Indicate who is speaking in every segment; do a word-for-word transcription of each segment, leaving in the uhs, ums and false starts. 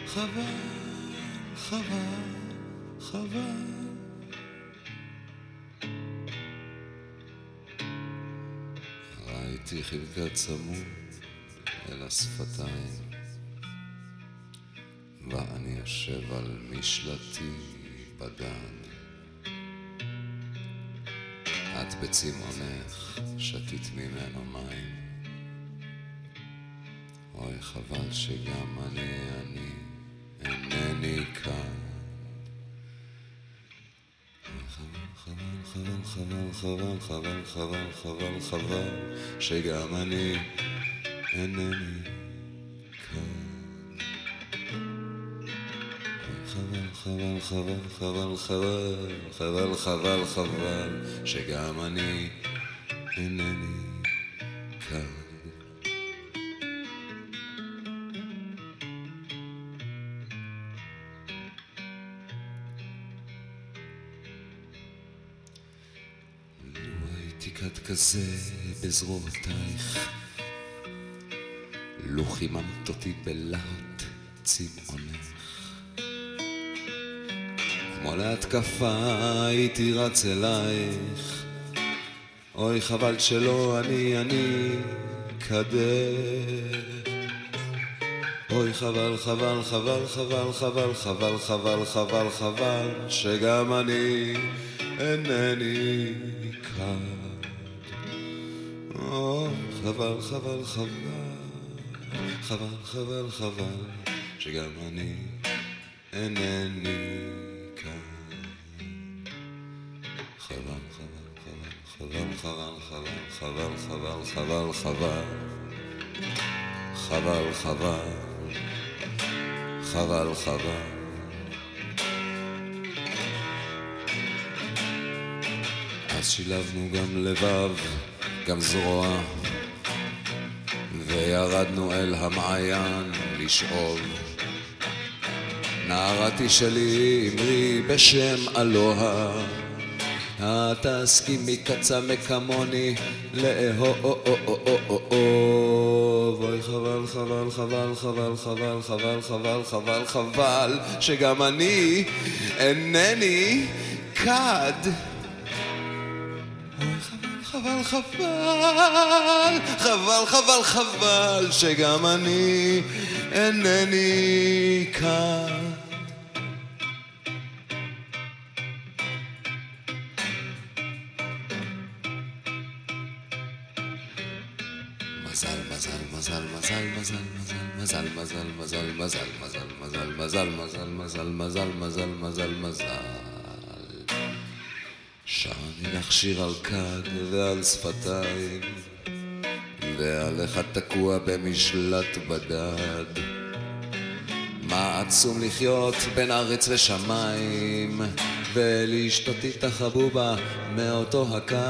Speaker 1: חבל, חבל, חבל. ראיתי חלקה צמוד אל השפתיים, ואני יושב על משלתי בדן. את בצמאונך שתית ממנו מים. אוי חבל שגם אני, אני אינני כאן. חבל, חבל, חבל, חבל, חבל, חבל, חבל, חבל, שגם אני אינני כאן. חבל, חבל, חבל, חבל, חבל, חבל, חבל, חבל, שגם אני אינני כאן. תיקת כזה בזרועותייך, לו חיממת אותי בלהט צמאונך, כמו להתקפה הייתי רץ אלייך. אוי חבל שלא אני אני כדך. אוי חבל חבל חבל חבל חבל חבל חבל חבל חבל שגם אני אינני כאן. אוי חבל חבל חבל חבל חבל חבל שגם אני אינני כאן. חבל חבל חבל חבל חבל חבל חבל חבל חבל חבל חבל. אז שילבנו גם לבב גם זרוע, וירדנו אל המעיין לשאול. נערתי שלי אמרי בשם אלוה, התסכימי קצה כמוני לאהוב. אוי חבל חבל חבל חבל חבל חבל חבל חבל חבל שגם אני אינני כד. חבל חבל חבל חבל חבל שגם אני אינני כאן. מזל מזל מזל מזל מזל מזל מזל מזל מזל מזל מזל מזל מזל מזל מזל מזל מזל מזל. שרני לך שיר על כד ועל שפתיים, ועליך תקוע במשלט בדד. מה עצום לחיות בין ארץ ושמיים, ולשתות איתך הבובה מאותו הכד.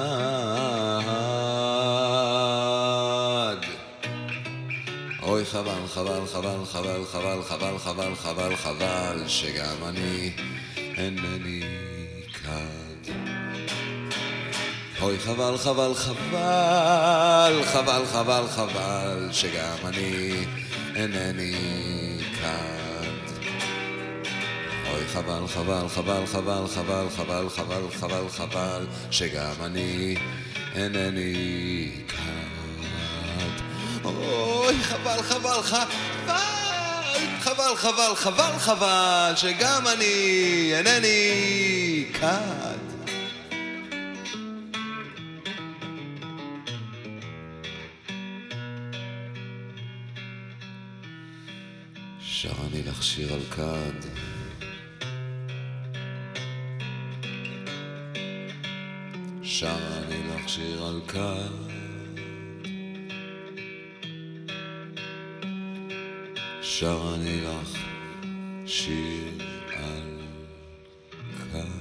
Speaker 1: אוי חבל חבל חבל חבל חבל חבל חבל חבל חבל שגם אני אינני כד. אוי חבל חבל חבל חבל חבל חבל שגם אני אינני כד. אוי חבל חבל חבל חבל חבל חבל חבל חבל חבל שגם אני אינני כד. אוי חבל חבל חבל חבל חבל חבל חבל שגם אני אינני כד. שר אני לך שיר על כד, שר אני לך שיר על כד, שר אני לך שיר על כד.